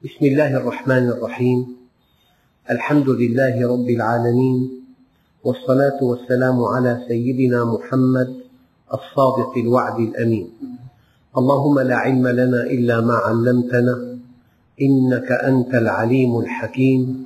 بسم الله الرحمن الرحيم. الحمد لله رب العالمين، والصلاة والسلام على سيدنا محمد الصادق الوعد الأمين. اللهم لا علم لنا إلا ما علمتنا إنك أنت العليم الحكيم.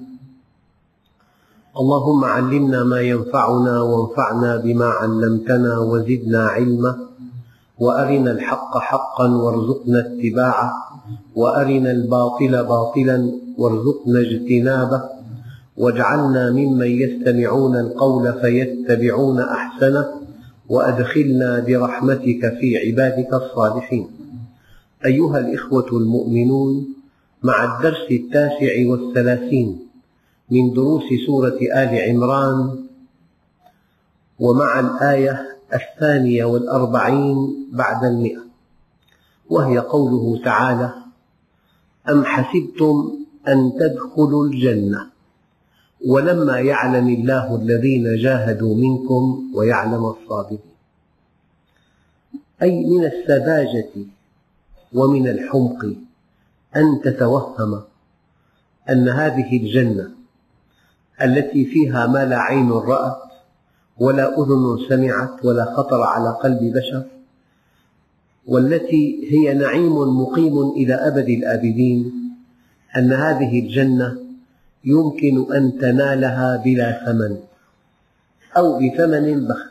اللهم علمنا ما ينفعنا وانفعنا بما علمتنا وزدنا علما، وأرنا الحق حقا وارزقنا اتباعه، وأرنا الباطل باطلا وارزقنا اجتنابه، واجعلنا ممن يستمعون القول فيتبعون أحسنه، وأدخلنا برحمتك في عبادك الصالحين. أيها الإخوة المؤمنون، مع الدرس 39 من دروس سورة آل عمران، ومع الآية 42 بعد 100، وهي قوله تعالى: أم حسبتم أن تدخلوا الجنة ولما يعلم الله الذين جاهدوا منكم ويعلم الصابرين. أي من السذاجة ومن الحمق أن تتوهم أن هذه الجنة التي فيها ما لا عين رأت ولا أذن سمعت ولا خطر على قلب بشر، والتي هي نعيم مقيم إلى أبد الآبدين، أن هذه الجنة يمكن أن تنالها بلا ثمن أو بثمن بخس.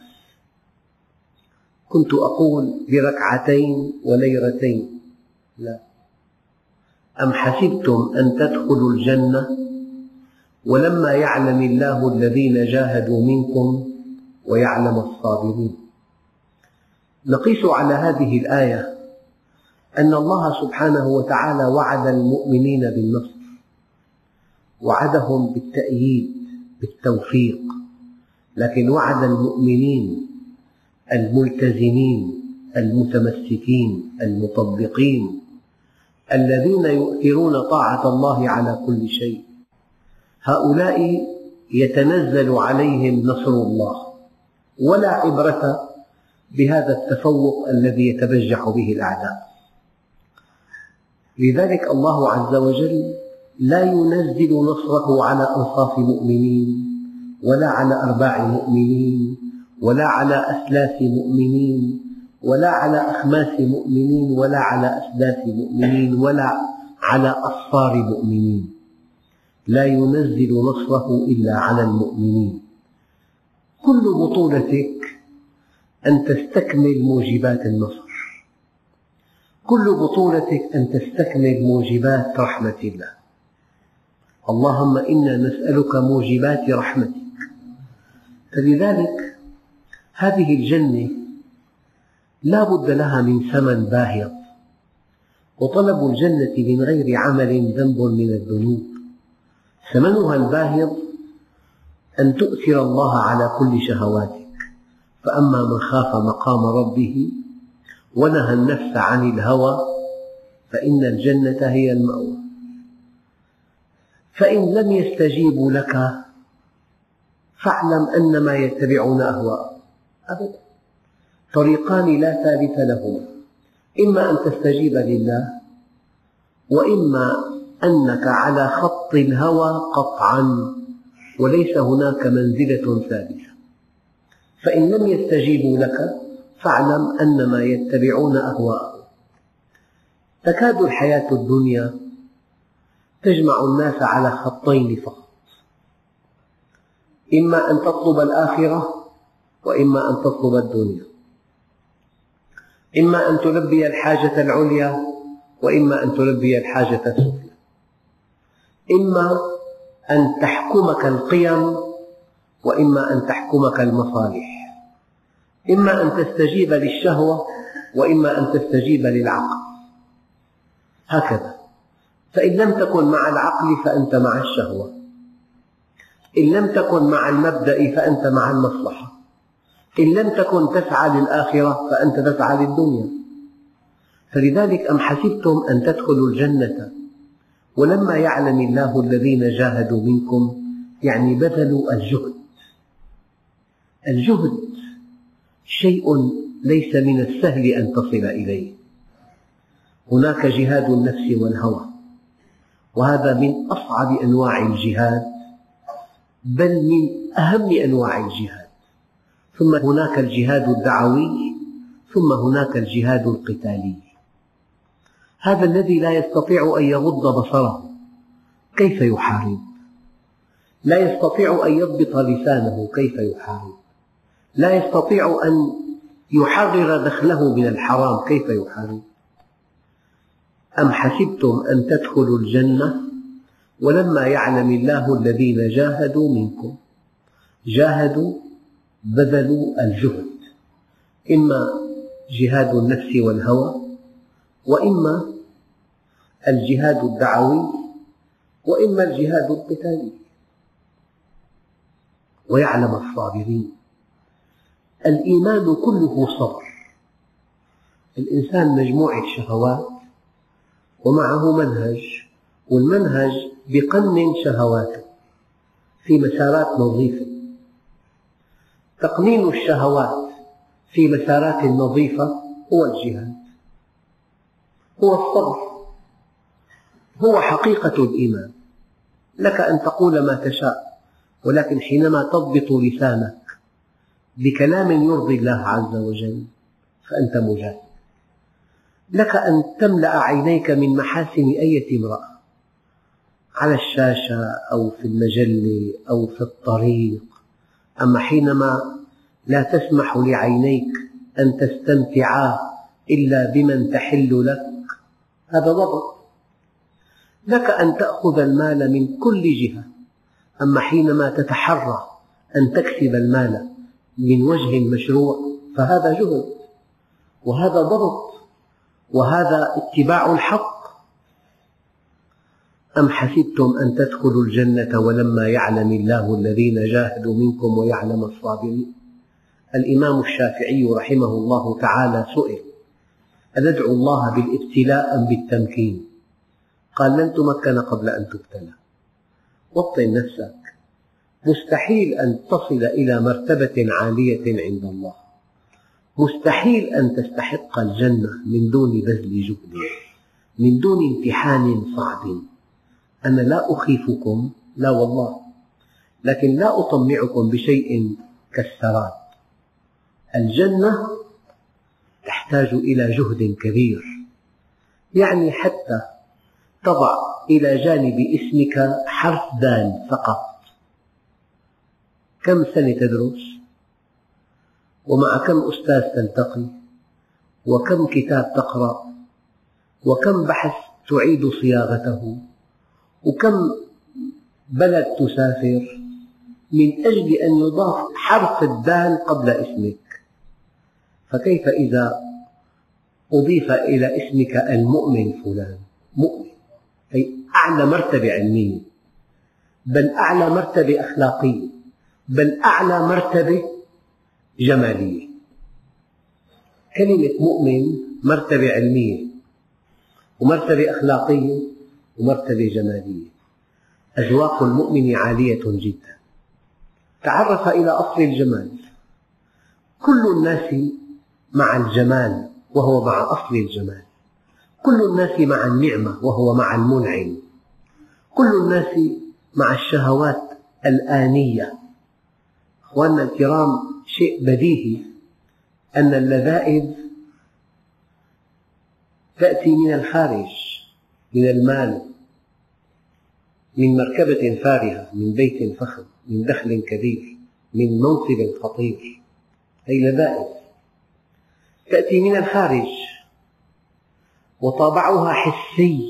كنت أقول بركعتين وليرتين، لا، أم حسبتم أن تدخلوا الجنة ولما يعلم الله الذين جاهدوا منكم ويعلم الصابرين. نقيس على هذه الآية أن الله سبحانه وتعالى وعد المؤمنين بالنصر، وعدهم بالتأييد بالتوفيق، لكن وعد المؤمنين الملتزمين المتمسكين المطبقين الذين يؤثرون طاعة الله على كل شيء، هؤلاء يتنزل عليهم نصر الله، ولا عبرة بهذا التفوق الذي يتبجح به الأعداء. لذلك الله عز وجل لا ينزل نصره على أنصاف مؤمنين، ولا على أرباع مؤمنين، ولا على أسلاف مؤمنين، ولا على أخماس مؤمنين، ولا على أسداس مؤمنين، ولا على أصفار مؤمنين. لا ينزل نصره إلا على المؤمنين. كل بطولتك أن تستكمل موجبات النصر، كل بطولتك أن تستكمل موجبات رحمة الله. اللهم إنا نسألك موجبات رحمتك. فلذلك هذه الجنة لا بد لها من ثمن باهظ، وطلب الجنة من غير عمل ذنب من الذنوب. ثمنها الباهظ أن تؤثر الله على كل شهواتك، فأما من خاف مقام ربه ونهى النفس عن الهوى فإن الجنة هي المأوى. فإن لم يستجيبوا لك فاعلم أنما يتبعون أهواءهم. أبدا، طريقان لا ثالث لهما: إما أن تستجيب لله، وإما أنك على خط الهوى قطعا، وليس هناك منزلة ثالثة. فإن لم يستجيبوا لك فاعلم أنما يتبعون أهواءهم. تكاد الحياة الدنيا تجمع الناس على خطين فقط: إما أن تطلب الآخرة، وإما أن تطلب الدنيا. إما أن تلبي الحاجة العليا، وإما أن تلبي الحاجة السفلى. إما أن تحكمك القيم، وإما أن تحكمك المصالح. إما أن تستجيب للشهوة، وإما أن تستجيب للعقل. هكذا. فإن لم تكن مع العقل فأنت مع الشهوة، إن لم تكن مع المبدأ فأنت مع المصلحة، إن لم تكن تسعى للآخرة فأنت تسعى للدنيا. فلذلك أم حسبتم أن تدخلوا الجنة ولما يعلم الله الذين جاهدوا منكم، يعني بذلوا الجهد. الجهد شيء ليس من السهل أن تصل إليه. هناك جهاد النفس والهوى، وهذا من أصعب أنواع الجهاد، بل من أهم أنواع الجهاد. ثم هناك الجهاد الدعوي، ثم هناك الجهاد القتالي. هذا الذي لا يستطيع أن يغض بصره كيف يحارب؟ لا يستطيع أن يضبط لسانه كيف يحارب؟ لا يستطيع أن يحرر دخله من الحرام كيف يحارب؟ أم حسبتم أن تدخلوا الجنة ولما يعلم الله الذين جاهدوا منكم. جاهدوا بذلوا الجهد، إما جهاد النفس والهوى، وإما الجهاد الدعوي، وإما الجهاد القتالي. ويعلم الصابرين. الإيمان كله صبر. الإنسان مجموعة شهوات ومعه منهج، والمنهج يقنن شهواته في مسارات نظيفة. تقنين الشهوات في مسارات نظيفة هو الجهاد، هو الصبر، هو حقيقة الإيمان. لك أن تقول ما تشاء، ولكن حينما تضبط لسانك بكلام يرضي الله عز وجل فأنت مجاهد. لك أن تملأ عينيك من محاسن أية امرأة على الشاشة أو في المجلة أو في الطريق، أما حينما لا تسمح لعينيك أن تستمتعا إلا بمن تحل لك، هذا ضبط. لك أن تأخذ المال من كل جهة، أما حينما تتحرى أن تكسب المال من وجه مشروع فهذا جهد، وهذا ضبط، وهذا اتباع الحق. أم حسبتم أن تدخلوا الجنة ولما يعلم الله الذين جاهدوا منكم ويعلم الصابرين. الإمام الشافعي رحمه الله تعالى سئل: أندعو الله بالابتلاء أم بالتمكين؟ قال: لن تمكن قبل أن تبتلى. وطن نفسك، مستحيل أن تصل إلى مرتبة عالية عند الله، مستحيل أن تستحق الجنة من دون بذل جهد، من دون امتحان صعب. أنا لا أخيفكم، لا والله، لكن لا أطمعكم بشيء كالسراب. الجنة تحتاج إلى جهد كبير، يعني حتى تضع إلى جانب اسمك حرف دال فقط، كم سنة تدرس؟ ومع كم أستاذ تلتقي؟ وكم كتاب تقرأ؟ وكم بحث تعيد صياغته؟ وكم بلد تسافر من أجل أن يضاف حرف الدال قبل اسمك؟ فكيف إذا أضيف إلى اسمك المؤمن فلان؟ مؤمن أي أعلى مرتبة علمية، بل أعلى مرتبة أخلاقية، بل أعلى مرتبة جمالية. كلمة مؤمن مرتبة علمية ومرتبة أخلاقية ومرتبة جمالية. أذواق المؤمن عالية جدا. تعرف إلى أصل الجمال. كل الناس مع الجمال وهو مع أصل الجمال، كل الناس مع النعمة وهو مع المنعم، كل الناس مع الشهوات الآنية. أخواننا الكرام، شيء بديهي أن اللذائذ تأتي من الخارج، من المال، من مركبة فارهة، من بيت فخم، من دخل كبير، من منصب خطير. هي لذائذ تأتي من الخارج، وطابعها حسي،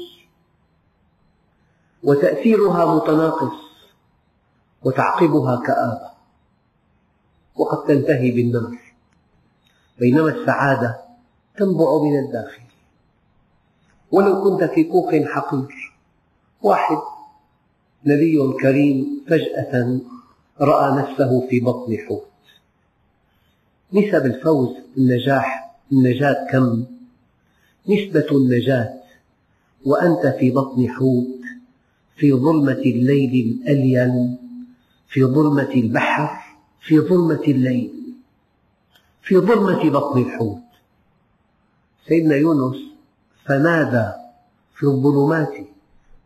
وتأثيرها متناقص، وتعقبها كآبة، وقد تنتهي بالنار. بينما السعادة تنبع من الداخل. ولو كنت في كوخ حقير، واحد نبي كريم فجأة رأى نفسه في بطن حوت. نسب الفوز النجاة كم؟ نسبة النجاة وأنت في بطن حوت، في ظلمة الليل الأليل، في ظلمة البحر، في ظلمة الليل، في ظلمة بطن الحوت. سيدنا يونس فنادى في الظلمات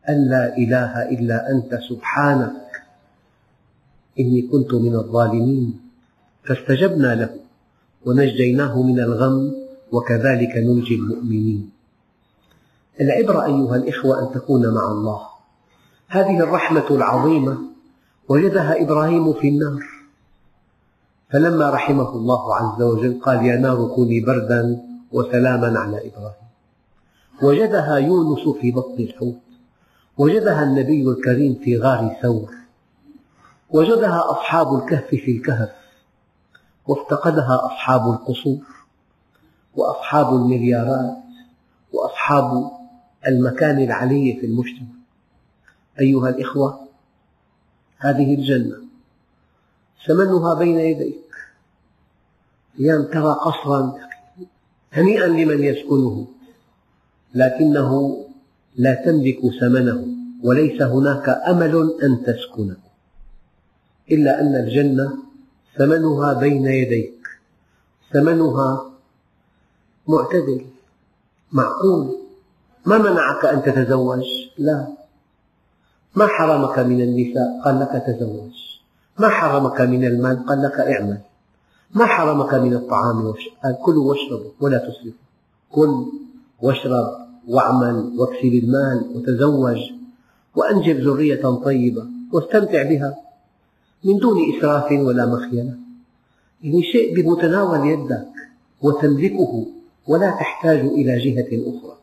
أن لا إله إلا أنت سبحانك إني كنت من الظالمين، فاستجبنا له ونجيناه من الغم وكذلك ننجي المؤمنين. العبرة أيها الإخوة أن تكون مع الله. هذه الرحمة العظيمة وجدها إبراهيم في النار، فلما رحمه الله عز وجل قال يا نار كوني بردا وسلاما على إبراهيم. وجدها يونس في بطن الحوت، وجدها النبي الكريم في غار ثور، وجدها أصحاب الكهف في الكهف، وافتقدها أصحاب القصور وأصحاب المليارات وأصحاب المكان العلي في المجتمع. أيها الإخوة، هذه الجنة ثمنها بين يديك. أيام ترى قصرا هنيئا لمن يسكنه، لكنه لا تملك ثمنه، وليس هناك أمل أن تسكنه، إلا أن الجنة ثمنها بين يديك، ثمنها معتدل معقول. ما منعك أن تتزوج؟ لا. ما حرمك من النساء؟ قال لك تزوج. ما حرمك من المال؟ قال لك اعمل. ما حرمك من الطعام؟ قال كلوا واشربوا ولا تسرفوا. كل واشرب واعمل واكسب المال وتزوج وأنجب ذرية طيبة واستمتع بها من دون إسراف ولا مخيلة. يعني شيء بمتناول يدك وتملكه ولا تحتاج إلى جهة أخرى.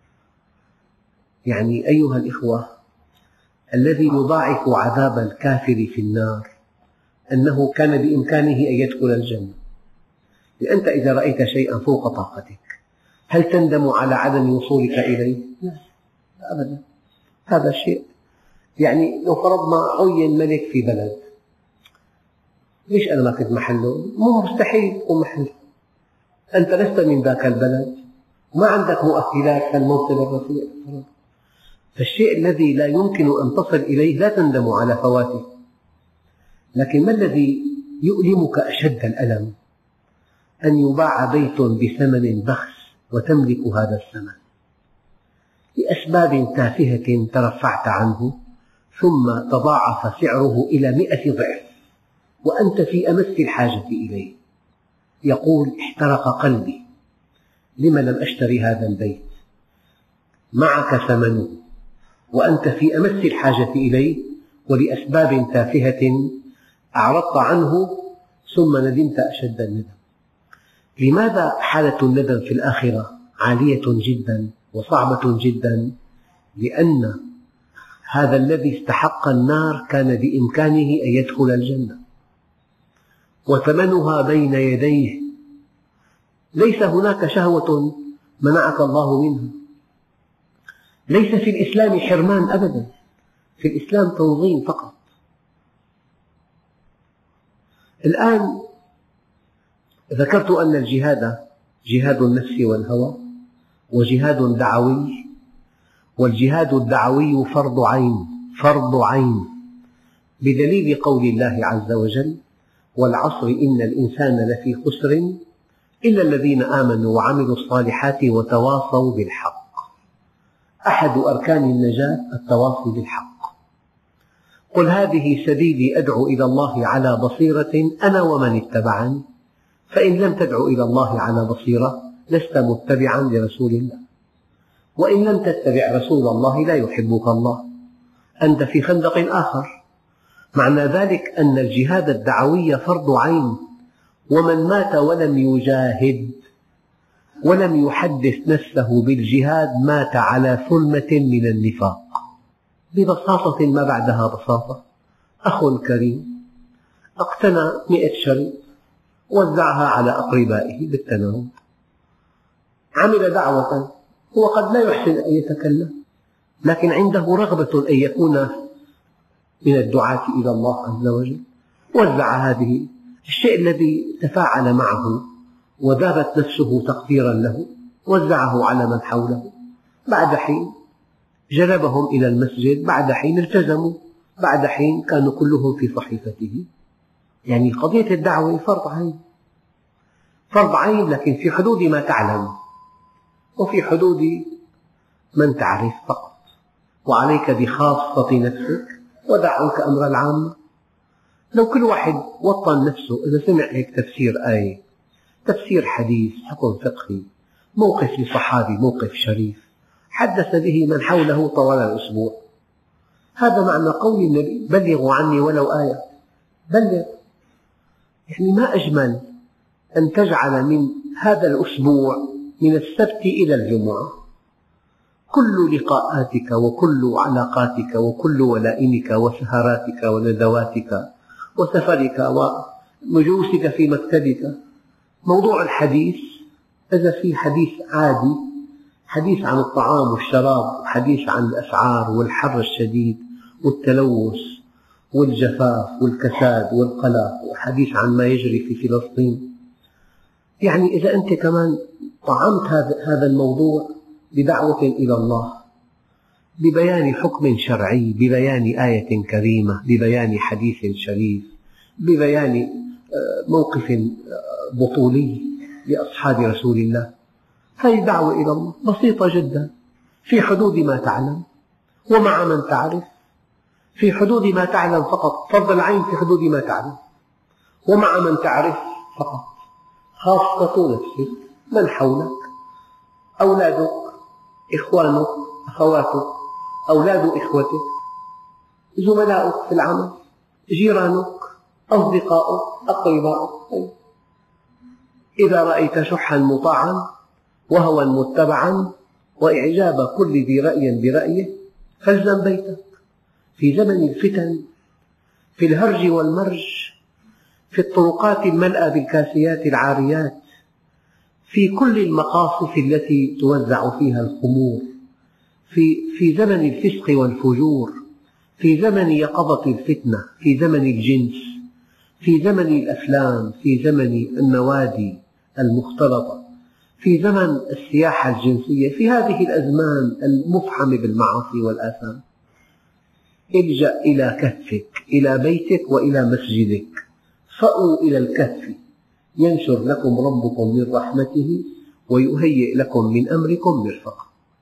يعني أيها الإخوة، الذي يضاعف عذاب الكافر في النار أنه كان بإمكانه أن يدخل الجنة. لأنت إذا رأيت شيئا فوق طاقتك هل تندم على عدم وصولك إليه؟ لا أبدا. هذا الشيء يعني لو فرضنا عين ملك في بلد، ليش أنا ما كنت محله؟ مو مستحيل تكون محله، أنت لست من ذاك البلد وما عندك مؤهلات كالمنصب الرفيع. فالشيء الذي لا يمكن أن تصل إليه لا تندم على فواته. لكن ما الذي يؤلمك أشد الألم؟ أن يباع بيت بثمن بخس وتملك هذا الثمن لأسباب تافهة ترفعت عنه، ثم تضاعف سعره إلى 100 ضعف وأنت في أمس الحاجة إليه. يقول احترق قلبي، لم لم أشتري هذا البيت؟ معك ثمنه وأنت في أمس الحاجة إليه، ولأسباب تافهة أعرضت عنه ثم ندمت أشد الندم. لماذا حالة الندم في الآخرة عالية جدا وصعبة جدا؟ لأن هذا الذي استحق النار كان بإمكانه أن يدخل الجنة وثمنها بين يديه. ليس هناك شهوة منعك الله منها. ليس في الإسلام حرمان أبدا، في الإسلام تنظيم فقط. الآن ذكرت أن الجهاد جهاد النفس والهوى وجهاد دعوي، والجهاد الدعوي فرض عين، فرض عين بدليل قول الله عز وجل والعصر إن الإنسان لفي خسر إلا الذين آمنوا وعملوا الصالحات وتواصوا بالحق. أحد أركان النجاة التواصي بالحق. قل هذه سبيلي أدعو إلى الله على بصيرة أنا ومن اتبعني، فإن لم تدعو إلى الله على بصيرة لست متبعا لرسول الله، وإن لم تتبع رسول الله لا يحبك الله، أنت في خندق آخر. معنى ذلك أن الجهاد الدعوي فرض عين، ومن مات ولم يجاهد ولم يحدث نفسه بالجهاد مات على ثلمة من النفاق. ببساطة ما بعدها بساطة. أخ كريم اقتنى 100 شريط وزعها على أقربائه بالتناوب، عمل دعوة، هو قد لا يحسن أن يتكلم لكن عنده رغبة أن يكون من الدعاة إلى الله عز وجل، وزع هذه الشيء الذي تفاعل معه وذابت نفسه تقديرا له، وزعه على من حوله. بعد حين جلبهم إلى المسجد، بعد حين التزموا، بعد حين كانوا كلهم في صحيفته. يعني قضية الدعوة فرض عين، فرض عين، لكن في حدود ما تعلم وفي حدود من تعرف فقط. وعليك بخاصة نفسك ودع عنك أمر العامة. لو كل واحد وطن نفسه إذا سمع هيك تفسير آية، تفسير حديث، حكم فقهي، موقف لصحابي، موقف شريف، حدث به من حوله طوال الأسبوع، هذا معنى قول النبي: بلغوا عني ولو آية. بلغ، يعني ما أجمل أن تجعل من هذا الأسبوع من السبت إلى الجمعة كل لقاءاتك وكل علاقاتك وكل ولائمك وسهراتك وندواتك وسفرك ومجوسك في مكتبك. موضوع الحديث إذا في حديث عادي، حديث عن الطعام والشراب، وحديث عن الأسعار والحر الشديد والتلوث والجفاف والكساد والقلق، وحديث عن ما يجري في فلسطين. يعني إذا أنت كمان طعمت هذا الموضوع بدعوة إلى الله، ببيان حكم شرعي، ببيان آية كريمة، ببيان حديث شريف، ببيان موقف بطولي لأصحاب رسول الله، هذه دعوة إلى الله بسيطة جدا، في حدود ما تعلم ومع من تعرف، في حدود ما تعلم فقط، فرض العين في حدود ما تعلم، ومع من تعرف فقط، خاصة نفسك، من حولك، أولادك، إخوانك، أخواتك، أولاد إخوتك، زملائك في العمل، جيرانك، أصدقائك، أقربائك. إذا رأيت شحا مطاعا وهوى متبعا وإعجاب كل ذي رأي برأيه فالزم بيتك. في زمن الفتن، في الهرج والمرج، في الطرقات الملأى بالكاسيات العاريات، في كل المقاصف التي توزع فيها الخمور، في زمن الفسق والفجور، في زمن يقظة الفتنة، في زمن الجنس، في زمن الأفلام، في زمن النوادي المختلطة، في زمن السياحة الجنسية، في هذه الأزمان المفحمة بالمعاصي والآثام، الجأ إلى كهفك، إلى بيتك وإلى مسجدك، فأووا إلى الكهف ينشر لكم ربكم من رحمته ويهيئ لكم من أمركم مرفقا.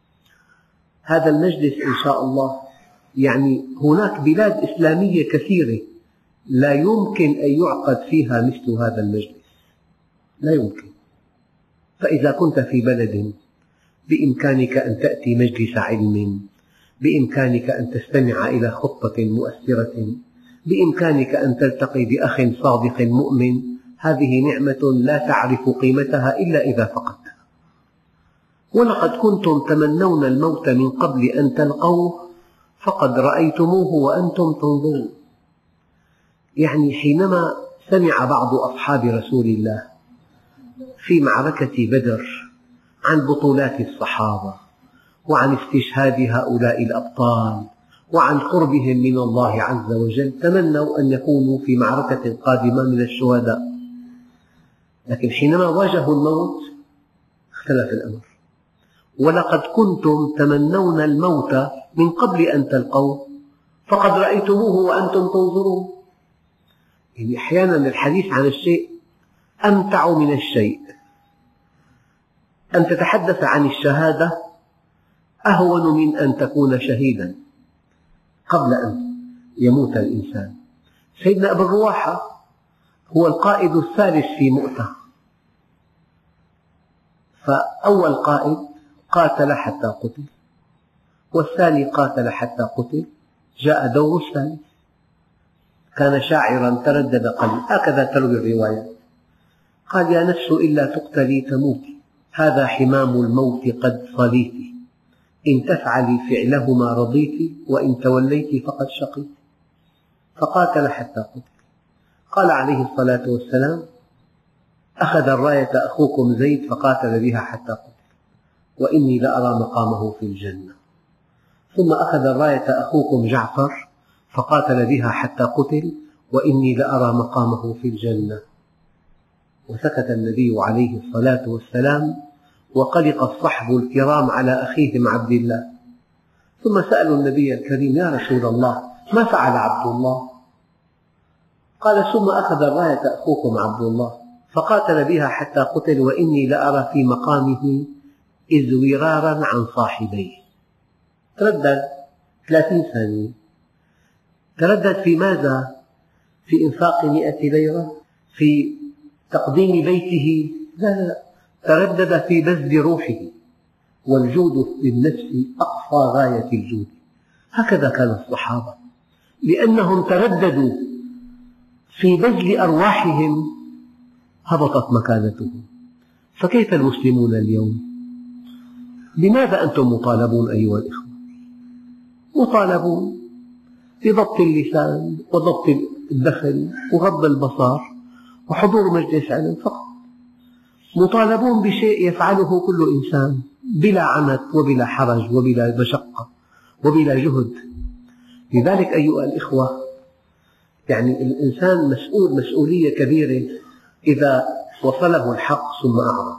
هذا المجلس إن شاء الله، يعني هناك بلاد إسلامية كثيرة لا يمكن أن يعقد فيها مثل هذا المجلس، لا يمكن. فإذا كنت في بلد بإمكانك أن تأتي مجلس علم، بإمكانك أن تستمع إلى خطبة مؤثرة، بإمكانك أن تلتقي بأخ صادق مؤمن، هذه نعمة لا تعرف قيمتها إلا إذا فقدتها. ولقد كنتم تمنون الموت من قبل أن تلقوه فقد رأيتموه وأنتم تنظرون. يعني حينما سمع بعض أصحاب رسول الله في معركة بدر عن بطولات الصحابة وعن استشهاد هؤلاء الأبطال وعن قربهم من الله عز وجل، تمنوا أن يكونوا في معركة قادمة من الشهداء. لكن حينما واجهوا الموت اختلف الأمر. ولقد كنتم تمنون الموت من قبل أن تلقوه فقد رأيتموه وأنتم تنظرون. يعني أحيانا الحديث عن الشيء أمتع من الشيء. أن تتحدث عن الشهادة أهون من أن تكون شهيدا قبل أن يموت الإنسان. سيدنا أبو الرواحة هو القائد الثالث في مؤتة، فأول قائد قاتل حتى قتل، والثاني قاتل حتى قتل، جاء دور الثالث، كان شاعرا تردد قلبي، هكذا تروي الروايات، قال: يا نفس إلا تقتلي تموتي، هذا حمام الموت قد صليتِ، إن تفعلي فعلهما رضيتِ، وإن توليتِ فقد شقيتِ. فقاتل حتى قتل. قال عليه الصلاة والسلام: أخذ الراية أخوكم زيد فقاتل بها حتى قتل، وإني لأرى مقامه في الجنة. ثم أخذ الراية أخوكم جعفر فقاتل بها حتى قتل، وإني لأرى مقامه في الجنة. وسكت النبي عليه الصلاة والسلام، وقلق الصحب الكرام على أخيهم عبد الله. ثم سألوا النبي الكريم: يا رسول الله، ما فعل عبد الله؟ قال: ثم أخذ الراية أخوكم عبد الله فقاتل بها حتى قتل، وإني لأرى في مقامه إزورارا عن صاحبيه. تردد 30 ثانية. تردد في ماذا؟ في إنفاق 100 ليرة؟ في تقديم بيته؟ لا، تردد في بذل روحه، والجود بالنفس أقصى غاية الجود. هكذا كان الصحابة، لأنهم ترددوا في بذل أرواحهم هبطت مكانتهم. فكيف المسلمون اليوم؟ لماذا أنتم مطالبون أيها الإخوة؟ مطالبون بضبط اللسان وضبط الدخل وغض البصر وحضور مجلس علم فقط. مطالبون بشيء يفعله كل إنسان بلا عنت وبلا حرج وبلا مشقة وبلا جهد. لذلك أيها الإخوة، يعني الإنسان مسؤولية كبيرة إذا وصله الحق ثم أعرض.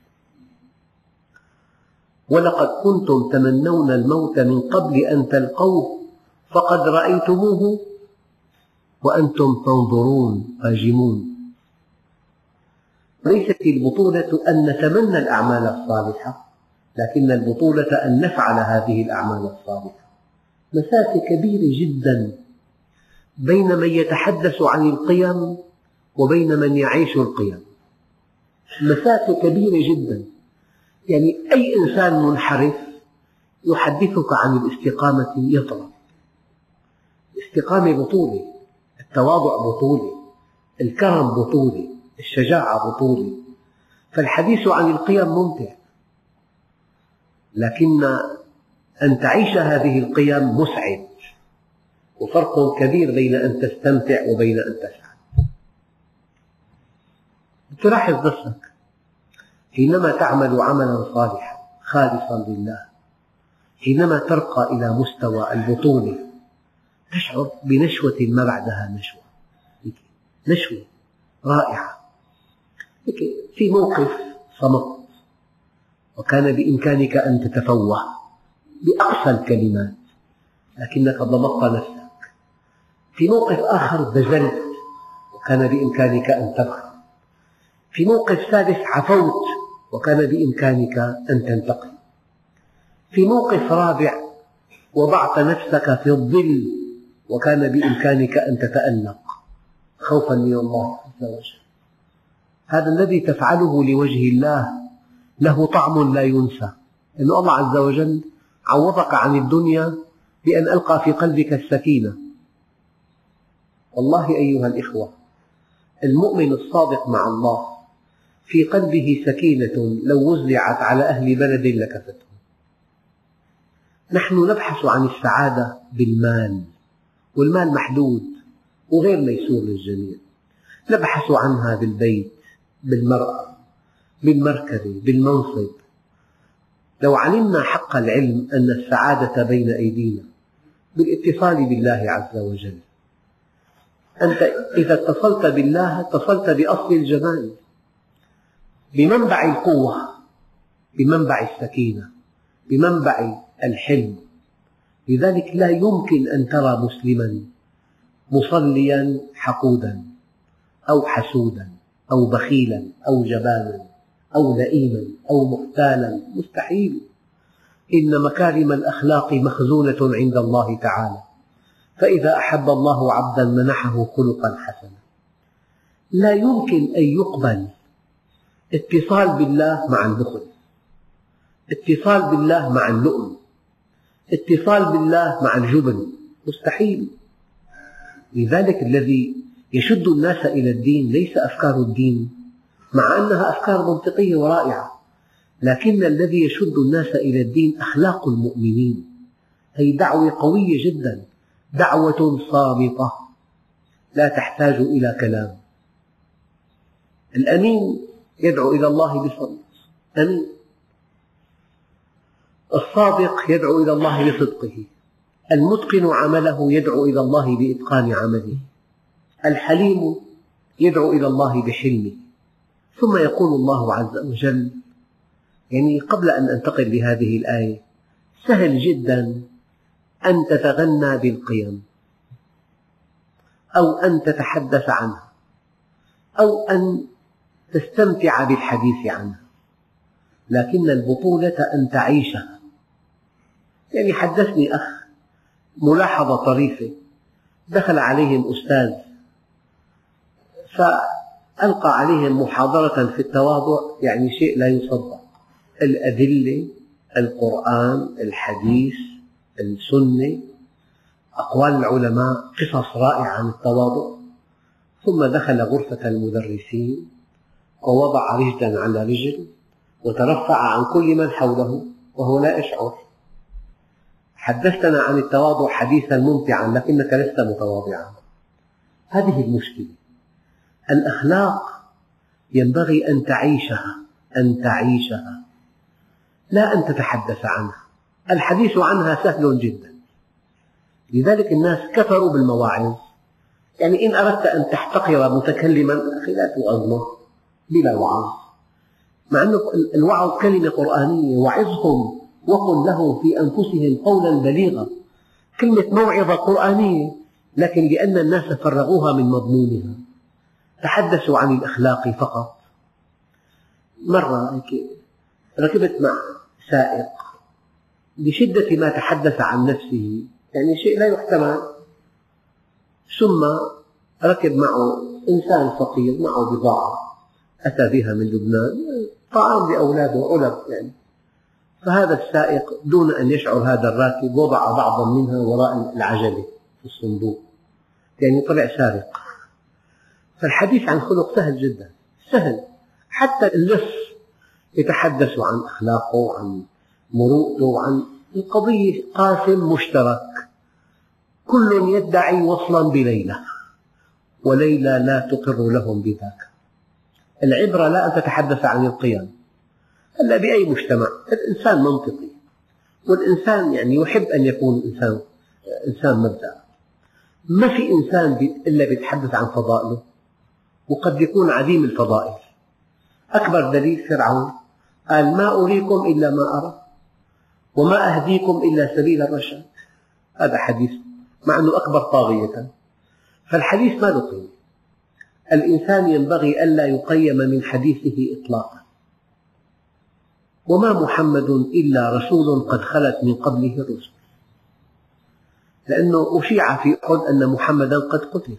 ولقد كنتم تمنون الموت من قبل أن تلقوه فقد رأيتموه وأنتم تنظرون راجمون. ليست البطولة أن نتمنى الأعمال الصالحة، لكن البطولة أن نفعل هذه الأعمال الصالحة. مسافة كبيرة جدا بين من يتحدث عن القيم وبين من يعيش القيم، مسافة كبيرة جدا. يعني أي إنسان منحرف يحدثك عن الاستقامة يطرح. الاستقامة بطولة، التواضع بطولة، الكرم بطولة، الشجاعة بطولة. فالحديث عن القيم ممتع، لكن أن تعيش هذه القيم مسعد، وفرق كبير بين أن تستمتع وبين أن تسعد. تلاحظ نفسك حينما تعمل عملا صالحا خالصا لله، حينما ترقى إلى مستوى البطولة تشعر بنشوة ما بعدها نشوة، نشوة رائعة. في موقف صمت وكان بإمكانك أن تتفوه بأقصى الكلمات لكنك ضبطت نفسك. في موقف آخر بذلت وكان بإمكانك أن تبخل. في موقف ثالث عفوت وكان بإمكانك أن تنتقم. في موقف رابع وضعت نفسك في الظل وكان بإمكانك أن تتألق خوفا من الله عز وجل. هذا الذي تفعله لوجه الله له طعم لا ينسى، لأن الله عز وجل عوضك عن الدنيا بأن ألقى في قلبك السكينة. والله أيها الإخوة، المؤمن الصادق مع الله في قلبه سكينة لو وزعت على أهل بلد لكفتهم. نحن نبحث عن السعادة بالمال، والمال محدود وغير ميسور للجميع. نبحث عنها بالبيت، بالمرأة، بالمركبة، بالمنصب. لو علمنا حق العلم أن السعادة بين أيدينا بالاتصال بالله عز وجل. أنت إذا اتصلت بالله اتصلت بأصل الجمال، بمنبع القوة، بمنبع السكينة، بمنبع الحلم. لذلك لا يمكن أن ترى مسلما مصليا حقودا أو حسودا أو بخيلا أو جبانا أو لئيما أو محتالا، مستحيل. إن مكارم الأخلاق مخزونة عند الله تعالى، فإذا أحب الله عبدا منحه خلقا حسنا. لا يمكن أن يقبل اتصال بالله مع البخل، اتصال بالله مع اللؤم، اتصال بالله مع الجبن، مستحيل. لذلك الذي يشد الناس إلى الدين ليس أفكار الدين، مع أنها أفكار منطقية ورائعة، لكن الذي يشد الناس إلى الدين أخلاق المؤمنين. هي دعوة قوية جدا، دعوة صامتة لا تحتاج إلى كلام. الأمين يدعو إلى الله بصمت، أمين. الصادق يدعو إلى الله بصدقه، المتقن عمله يدعو إلى الله بإتقان عمله، الحليم يدعو إلى الله بحلمه. ثم يقول الله عز وجل، يعني قبل أن أنتقل لهذه الآية، سهل جدا أن تتغنى بالقيم أو أن تتحدث عنها أو أن تستمتع بالحديث عنها، لكن البطولة أن تعيشها. يعني حدثني أخ ملاحظة طريفة، دخل عليهم أستاذ فألقى عليهم محاضرة في التواضع، يعني شيء لا يصدق، الأدلة، القرآن، الحديث، السنة، أقوال العلماء، قصص رائعة عن التواضع. ثم دخل غرفة المدرسين ووضع رجلا على رجل وترفع عن كل من حوله وهو لا يشعر. حدثتنا عن التواضع حديثا ممتعا لكنك لست متواضعا. هذه المشكلة. الأخلاق ينبغي أن تعيشها لا أن تتحدث عنها. الحديث عنها سهل جدا، لذلك الناس كفروا بالمواعظ. يعني إن أردت أن تحتقر متكلما أخي لا تؤظمه بلا وعظ، مع أن الوعظ كلمة قرآنية، وعظهم وقل لهم في أنفسهم قولا بليغا، كلمة موعظة قرآنية، لكن لأن الناس فرغوها من مضمونها تحدثوا عن الأخلاق فقط. مرة ركبت مع سائق بشدة ما تحدث عن نفسه، يعني شيء لا يحتمل، ثم ركب معه إنسان فقير معه بضاعة أتى بها من لبنان، طعام لأولاده علب يعني. فهذا السائق دون أن يشعر هذا الراكب وضع بعضا منها وراء العجلة في الصندوق، يعني طلع سارق. فالحديث عن خلق سهل جدا، سهل، حتى اللص يتحدث عن أخلاقه وعن مروءته وعن القضية قاسم مشترك، كل يدعي وصلا بليلى وليلى لا تقر لهم بذاك. العبرة لا أن تتحدث عن القيم. هلا بأي مجتمع الإنسان منطقي، والإنسان يعني يحب أن يكون إنسان مبدأ. ما في إنسان إلا يتحدث عن فضائله، وقد يكون عديم الفضائل. أكبر دليل فرعون قال ما أريكم إلا ما أرى وما أهديكم إلا سبيل الرشاد. هذا حديث مع أنه أكبر طاغية. فالحديث ما له قيمة. الإنسان ينبغي ألا يقيم من حديثه إطلاقا. وما محمد إلا رسول قد خلت من قبله الرسل، لأنه أشيع في أحد أن محمدا قد قتل.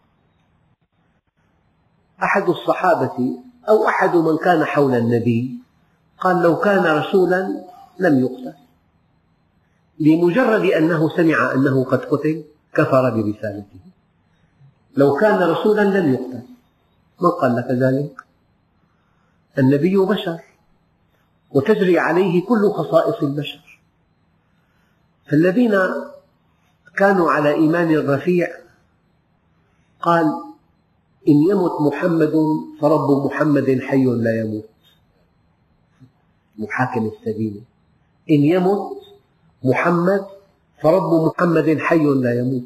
أحد الصحابة أو أحد من كان حول النبي قال لو كان رسولا لم يقتل، لمجرد أنه سمع أنه قد قتل كفر برسالته. لو كان رسولا لم يقتل. من قال لك ذلك؟ النبي بشر وتجري عليه كل خصائص البشر. فالذين كانوا على إيمان رفيع قال إن يمت محمد فرب محمد حي لا يموت. محاكم السبيل، إن يمت محمد فرب محمد حي لا يموت.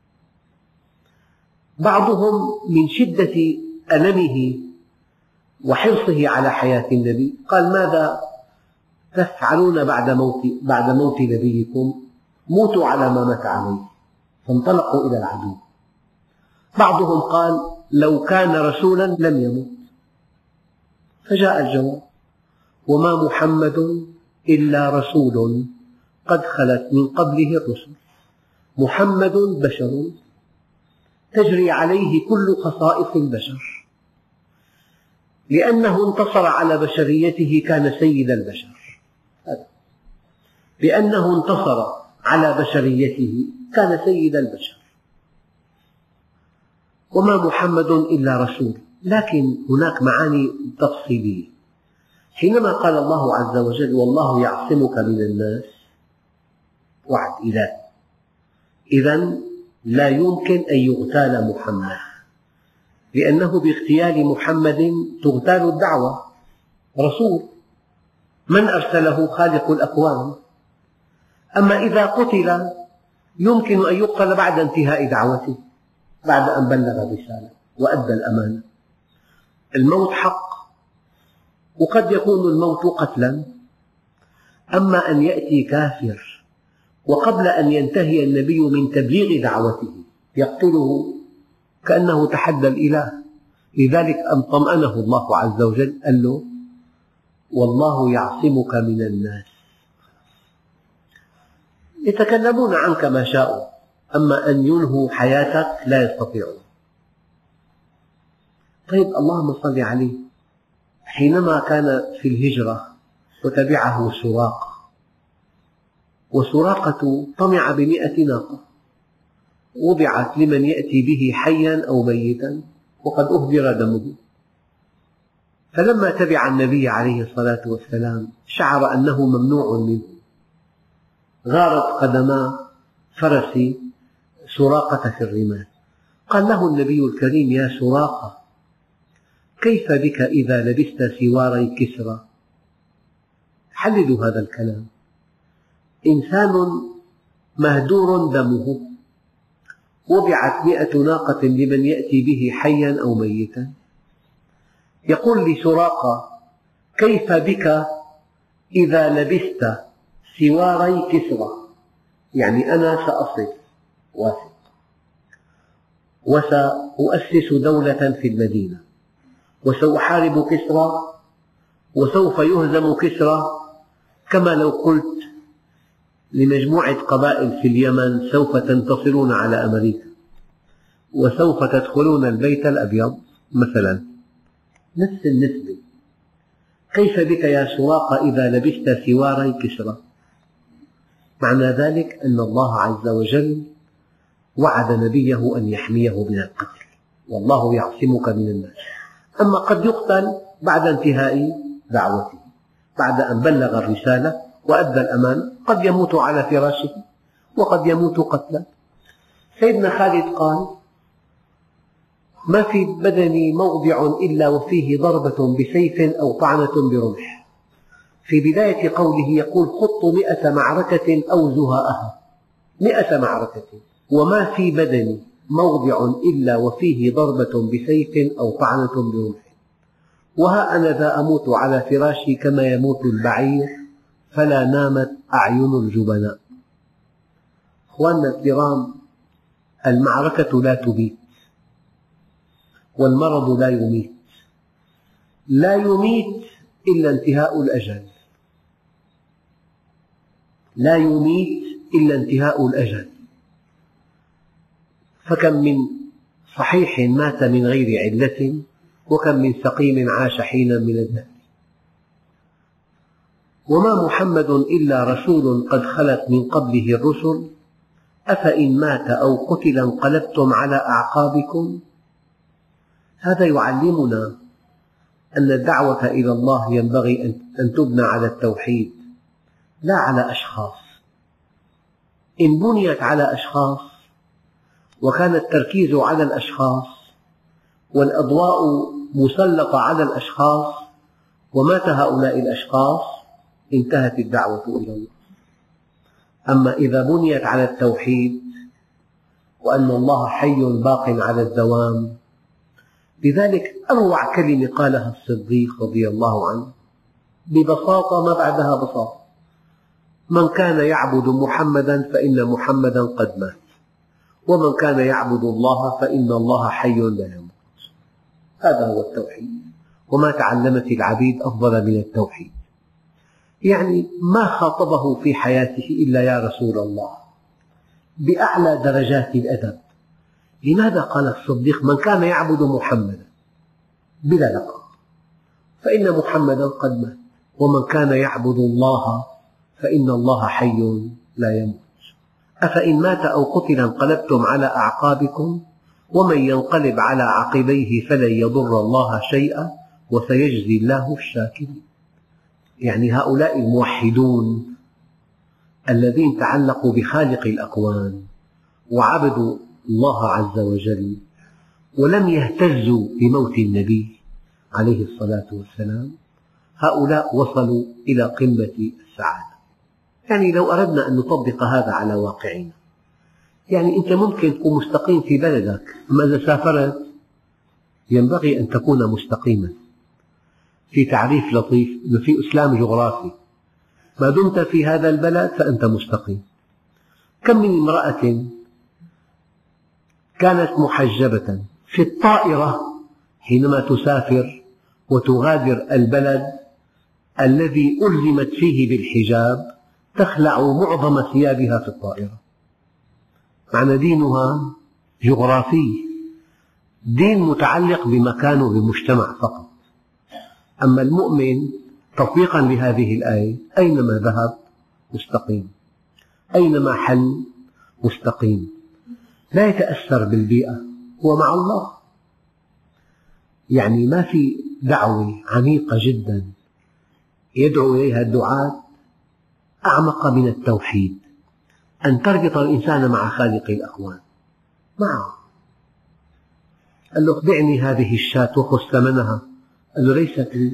بعضهم من شدة ألمه وحرصه على حياة النبي قال ماذا تفعلون بعد موت نبيكم؟ موتوا على ما مات عليه. فانطلقوا إلى العدو. بعضهم قال لو كان رسولا لم يمت. فجاء الجواب وما محمد إلا رسول قد خلت من قبله الرسل. محمد بشر تجري عليه كل خصائص البشر، لأنه انتصر على بشريته كان سيد البشر. لأنه انتصر على بشريته كان سيد البشر. وما محمد إلا رسول. لكن هناك معاني تفصيلية. حينما قال الله عز وجل والله يعصمك من الناس، وعد إلهي، إذن لا يمكن أن يغتال محمد، لأنه باغتيال محمد تغتال الدعوة. رسول من أرسله خالق الأكوان. أما إذا قتل يمكن أن يقتل بعد انتهاء دعوته، بعد أن بلغ الرسالة وأدى الأمانة. الموت حق، وقد يكون الموت قتلا. أما أن يأتي كافر وقبل أن ينتهي النبي من تبليغ دعوته يقتله كأنه تحدى الإله. لذلك أن طمأنه الله عز وجل قال له والله يعصمك من الناس. يتكلمون عنك ما شاءوا، أما أن ينهوا حياتك لا يستطيعون. طيب اللهم صل عليه، حينما كان في الهجرة وتبعه سراقة، وسراقة طمع ب100 ناقة وضعت لمن يأتي به حيا أو ميتا وقد أهدر دمه، فلما تبع النبي عليه الصلاة والسلام شعر أنه ممنوع منه، غارت قدما فرس سراقة في الرمال، قال له النبي الكريم: يا سراقة، كيف بك إذا لبست سواري كسرى؟ حللوا هذا الكلام. إنسان مهدور دمه وضعت 100 ناقة لمن يأتي به حيا أو ميتا، يقول لسراقة: كيف بك إذا لبست سواري كسرى؟ يعني أنا سأصل واثق وسأؤسس دولة في المدينة وسأحارب كسرى وسوف يهزم كسرى، كما لو قلت لمجموعة قبائل في اليمن: سوف تنتصرون على أمريكا وسوف تدخلون البيت الأبيض مثلا، نفس النسبة. كيف بك يا سراقة إذا لبست سواري كسرى؟ معنى ذلك أن الله عز وجل وعد نبيه أن يحميه من القتل، والله يعصمك من الناس. أما قد يقتل بعد انتهاء دعوته، بعد أن بلغ الرسالة وأدى الأمانة، قد يموت على فراشه وقد يموت قتلا. سيدنا خالد قال: ما في بدني موضع إلا وفيه ضربة بسيف أو طعنة برمح. في بداية قوله يقول: خضت 100 معركة أو زهاءها، 100 معركة، وما في بدني موضع إلا وفيه ضربة بسيف أو طعنة برمح، وها أنا ذا أموت على فراشي كما يموت البعير، فلا نامت أعين الجبناء. أخواننا الكرام، المعركة لا تبيت، والمرض لا يميت، لا يميت إلا انتهاء الأجل، لا يميت إلا انتهاء الأجل. فكم من صحيح مات من غير علة، وكم من سقيم عاش حينا من الدهر. وما محمد إلا رسول قد خلت من قبله الرسل، أفإن مات أو قتل انقلبتم على أعقابكم. هذا يعلمنا أن الدعوة إلى الله ينبغي أن تبنى على التوحيد لا على أشخاص. إن بنيت على أشخاص وكان التركيز على الأشخاص والأضواء مسلطة على الأشخاص ومات هؤلاء الأشخاص، انتهت الدعوة إلى الله. أما إذا بنيت على التوحيد وأن الله حي باق على الدوام، لذلك أروع كلمة قالها الصديق رضي الله عنه ببساطة ما بعدها بساطة: من كان يعبد محمدا فإن محمدا قد مات، ومن كان يعبد الله فإن الله حي لا يموت. هذا هو التوحيد، وما تعلمت العبيد أفضل من التوحيد. يعني ما خاطبه في حياته إلا يا رسول الله بأعلى درجات الأدب. لماذا قال الصديق من كان يعبد محمدا بلا لقب؟ فإن محمدا قد مات، ومن كان يعبد الله فإن الله حي لا يموت. أفإن مات أو قتل انقلبتم على أعقابكم، ومن ينقلب على عقبيه فلن يضر الله شيئا وسيجزي الله الشاكرين. يعني هؤلاء الموحدون الذين تعلقوا بخالق الأكوان وعبدوا الله عز وجل ولم يهتزوا بموت النبي عليه الصلاة والسلام، هؤلاء وصلوا إلى قمة السعادة. يعني لو أردنا أن نطبق هذا على واقعنا، يعني أنت ممكن تكون مستقيم في بلدك، أما إذا سافرت ينبغي أن تكون مستقيما. في تعريف لطيف أنه في إسلام جغرافي، ما دمت في هذا البلد فأنت مستقيم. كم من امرأة كانت محجبة في الطائرة حينما تسافر وتغادر البلد الذي ألزمت فيه بالحجاب، تخلع معظم ثيابها في الطائرة. معنى دينها جغرافي، دين متعلق بمكان وبمجتمع فقط. أما المؤمن تطبيقا لهذه الآية أينما ذهب مستقيم، أينما حل مستقيم، لا يتأثر بالبيئة، هو مع الله. يعني ما في دعوة عميقة جدا يدعو إليها الدعاة أعمق من التوحيد، أن تربط الإنسان مع خالق الأكوان معه. قال له بعني هذه الشاة وخذ ثمنها، قال له ليست لي،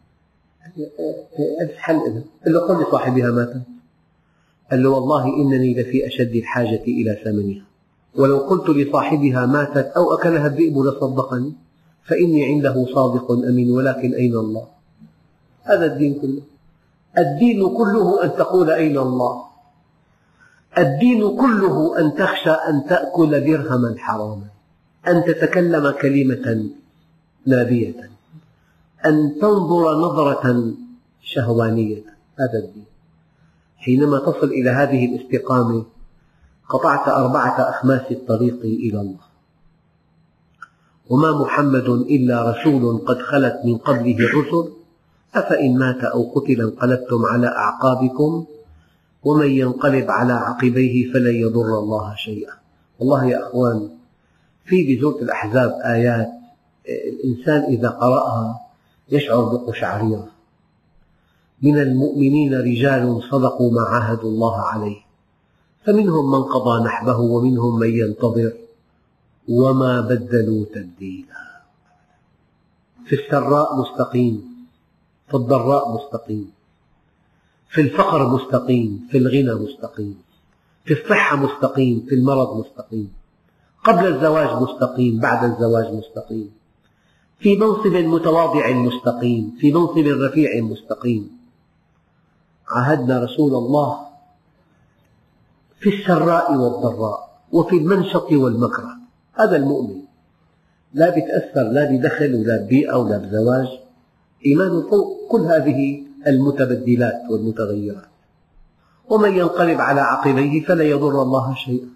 الحل لها. قال له قل لصاحبها ماتت، قال له والله إنني لفي أشد الحاجة إلى ثمنها، ولو قلت لصاحبها ماتت أو أكلها الذئب لصدقني، فإني عنده صادق أمين، ولكن أين الله؟ هذا الدين كله. الدين كله أن تقول أين الله، الدين كله أن تخشى أن تأكل درهما حراما، أن تتكلم كلمة نابية، أن تنظر نظرة شهوانية. هذا الدين. حينما تصل إلى هذه الاستقامة قطعت 4 أخماس الطريق إلى الله. وما محمد إلا رسول قد خلت من قبله الرسل أفإن مات أو قتل انقلبتم على أعقابكم ومن ينقلب على عقبيه فلن يضر الله شيئا. والله يا أخوان، في بسورة الأحزاب آيات الإنسان إذا قرأها يشعر بقشعريرة. من المؤمنين رجال صدقوا ما عاهدوا الله عليه فمنهم من قضى نحبه ومنهم من ينتظر وما بدلوا تبديلا. في السراء مستقيم، في الضراء مستقيم، في الفقر مستقيم، في الغنى مستقيم، في الصحة مستقيم، في المرض مستقيم، قبل الزواج مستقيم، بعد الزواج مستقيم، في منصب متواضع مستقيم، في منصب رفيع مستقيم. عاهدنا رسول الله في السراء والضراء وفي المنشط والمكره. هذا المؤمن لا بيتأثر لا بدخل ولا ببيئة ولا بزواج، إيمانه فوق كل هذه المتبدلات والمتغيرات. ومن ينقلب على عقبيه فلا يضر الله شيئا.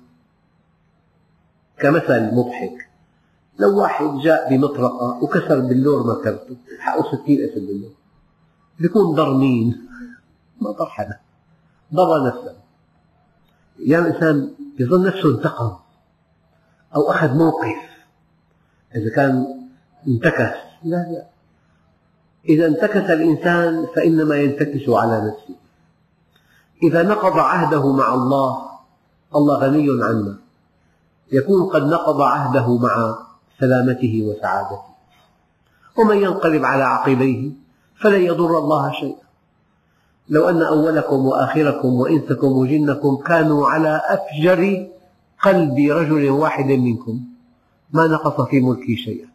كمثل مضحك، لو واحد جاء بمطرقة وكسر بلور مركبته حقه 60 ألف بلور، بيكون ضر مين؟ ما ضر حدا، ضر نفسه. يعني الإنسان يظن نفسه انتقم أو أخذ موقف إذا كان انتكس. لا، إذا انتكس الإنسان فإنما ينتكس على نفسه. إذا نقض عهده مع الله، الله غني عنا، يكون قد نقض عهده مع سلامته وسعادته. ومن ينقلب على عقبيه فلن يضر الله شيئا. لو أن أولكم وآخركم وإنسكم وجنكم كانوا على أفجر قلب رجل واحد منكم ما نقص في ملكي شيئا.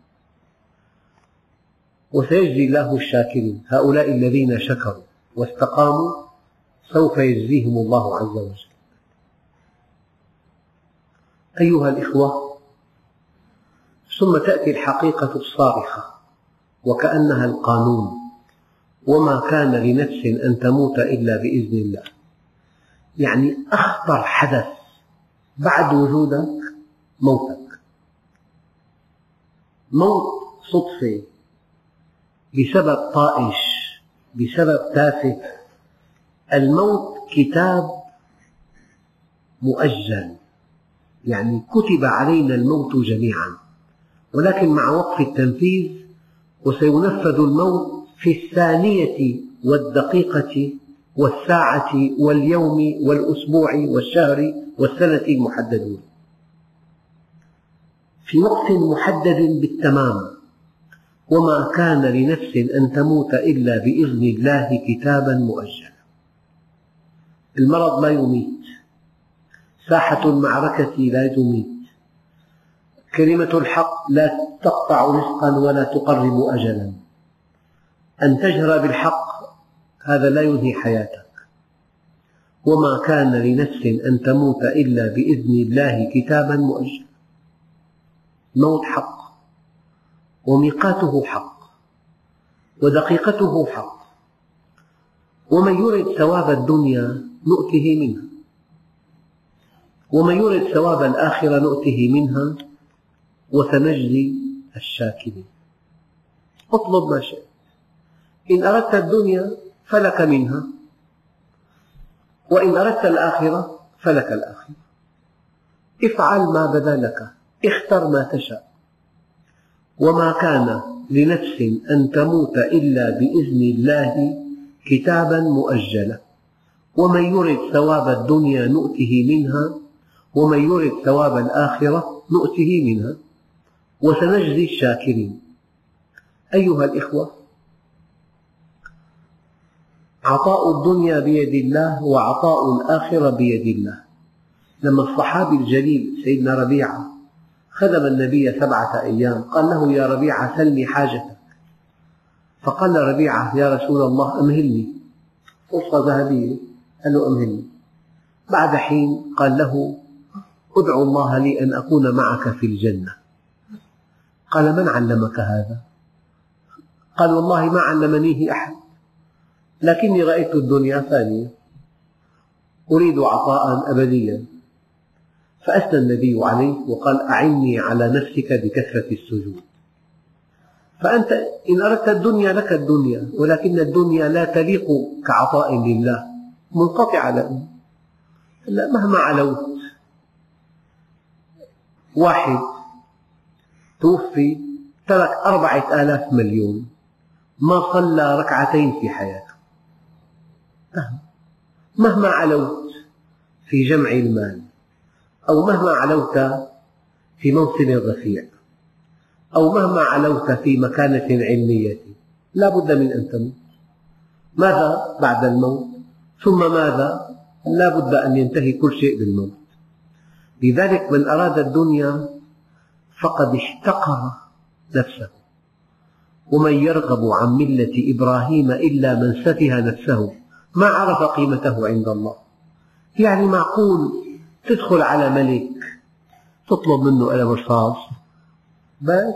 وسيجزي الله الشاكرين. هؤلاء الذين شكروا واستقاموا سوف يجزيهم الله عز وجل. أيها الإخوة، ثم تأتي الحقيقة الصارخة وكأنها القانون: وما كان لنفس أن تموت إلا بإذن الله. يعني أخطر حدث بعد وجودك موتك. موت صدفة بسبب طائش، بسبب تافه. الموت كتاب مؤجل، يعني كتب علينا الموت جميعا، ولكن مع وقف التنفيذ وسينفذ الموت في الثانية والدقيقة والساعة واليوم والأسبوع والشهر والسنة المحددون، في وقت محدد بالتمام. وما كان لنفس أن تموت إلا بإذن الله كتابا مؤجلا. المرض لا يميت، ساحة المعركة لا تميت، كلمة الحق لا تقطع رزقا ولا تقرب أجلا. أن تجهر بالحق هذا لا ينهي حياتك. وما كان لنفس أن تموت إلا بإذن الله كتابا مؤجلا. الموت حق، وميقاته حق، ودقيقته حق، ومن يرد ثواب الدنيا نؤته منها ومن يرد ثواب الآخرة نؤته منها وسنجزي الشاكرين. اطلب ما شئت، إن أردت الدنيا فلك منها، وإن أردت الآخرة فلك الآخرة. افعل ما بدا لك، اختر ما تشاء، وما كان لنفس أن تموت إلا بإذن الله كتابا مؤجلا، ومن يرد ثواب الدنيا نؤته منها ومن يرد ثواب الآخرة نؤته منها وسنجزي الشاكرين. أيها الإخوة، عطاء الدنيا بيد الله وعطاء الآخرة بيد الله. لما الصحابي الجليل سيدنا ربيعة خدم النبي 7 أيام، قال له: يا ربيعة سلني حاجتك. فقال ربيعة: يا رسول الله أمهلني، فرصة ذهبية. قال له: أمهلني. بعد حين قال له: ادعو الله لي أن أكون معك في الجنة. قال: من علمك هذا؟ قال: والله ما علمنيه أحد، لكني رأيت الدنيا فانية، أريد عطاء أبديا. فأثنى النبي عليه وقال: أعني على نفسك بكثرة السجود. فأنت إن أردت الدنيا لك الدنيا، ولكن الدنيا لا تليق كعطاء لله، منقطعة لأنه مهما علوت. واحد توفي ترك 4,000 مليون، ما صلى ركعتين في حياته. مهما علوت في جمع المال، أو مهما علوت في منصب رفيع، أو مهما علوت في مكانة علمية، لا بد من أن تموت. ماذا بعد الموت؟ ثم ماذا؟ لا بد أن ينتهي كل شيء بالموت. لذلك من أراد الدنيا فقد احتقر نفسه. ومن يرغب عن ملة إبراهيم إلا من سفه نفسه ما عرف قيمته عند الله. يعني معقول تدخل على ملك تطلب منه قلم رصاص بس؟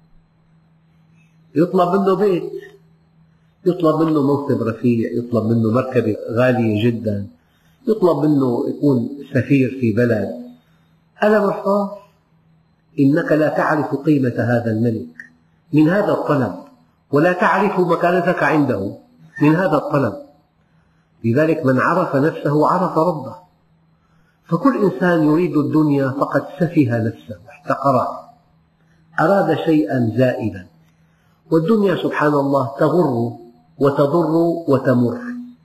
يطلب منه بيت، يطلب منه منصب رفيع، يطلب منه مركبة غالية جدا، يطلب منه يكون سفير في بلد. قلم رصاص؟ إنك لا تعرف قيمة هذا الملك من هذا الطلب، ولا تعرف مكانتك عنده من هذا الطلب. لذلك من عرف نفسه عرف ربه. فكل إنسان يريد الدنيا فقد سفه نفسه واحتقرها، أراد شيئا زائلا. والدنيا سبحان الله تغر وتضر وتمر.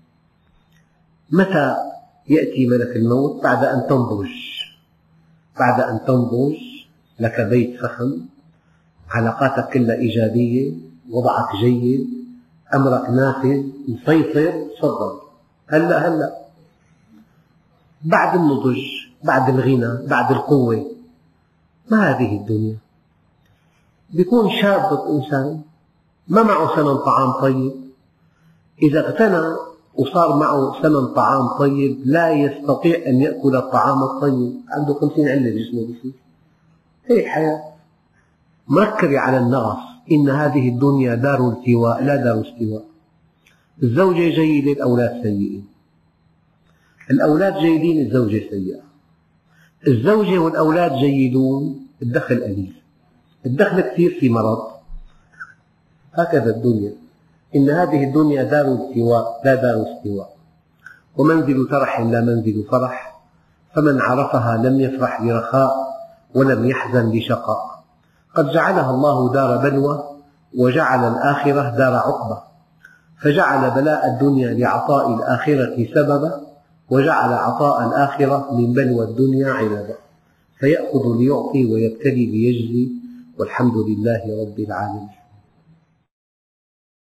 متى يأتي ملك الموت؟ بعد أن تنضج. بعد أن تنضج لك بيت فخم، علاقاتك كلها إيجابية، وضعك جيد، أمرك نافذ، مسيطر، تفضل. هلأ بعد النضج، بعد الغنى، بعد القوة، ما هذه الدنيا. بيكون شاب الإنسان ما معه ثمن طعام طيب، إذا اغتنى وصار معه ثمن طعام طيب لا يستطيع أن يأكل الطعام الطيب، عنده 50 علة جسمه بيصير. هيك حياة مركبة على النغص. إن هذه الدنيا دار التواء لا دار استواء. الزوجة جيدة، الأولاد سيئين. الأولاد جيدين، الزوجة سيئة. الزوجة والأولاد جيدون، الدخل قليل. الدخل كثير، في مرض. هكذا الدنيا. إن هذه الدنيا دار التواء لا دار استواء، ومنزل ترح لا منزل فرح، فمن عرفها لم يفرح لرخاء ولم يحزن لشقاء. قد جعلها الله دار بلوى، وجعل الآخرة دار عقبة، فجعل بلاء الدنيا لعطاء الآخرة سببا، وجعل عطاء الآخرة من بلوى الدنيا عبادة، فيأخذ ليعطي ويبتلي ليجزي، والحمد لله رب العالمين.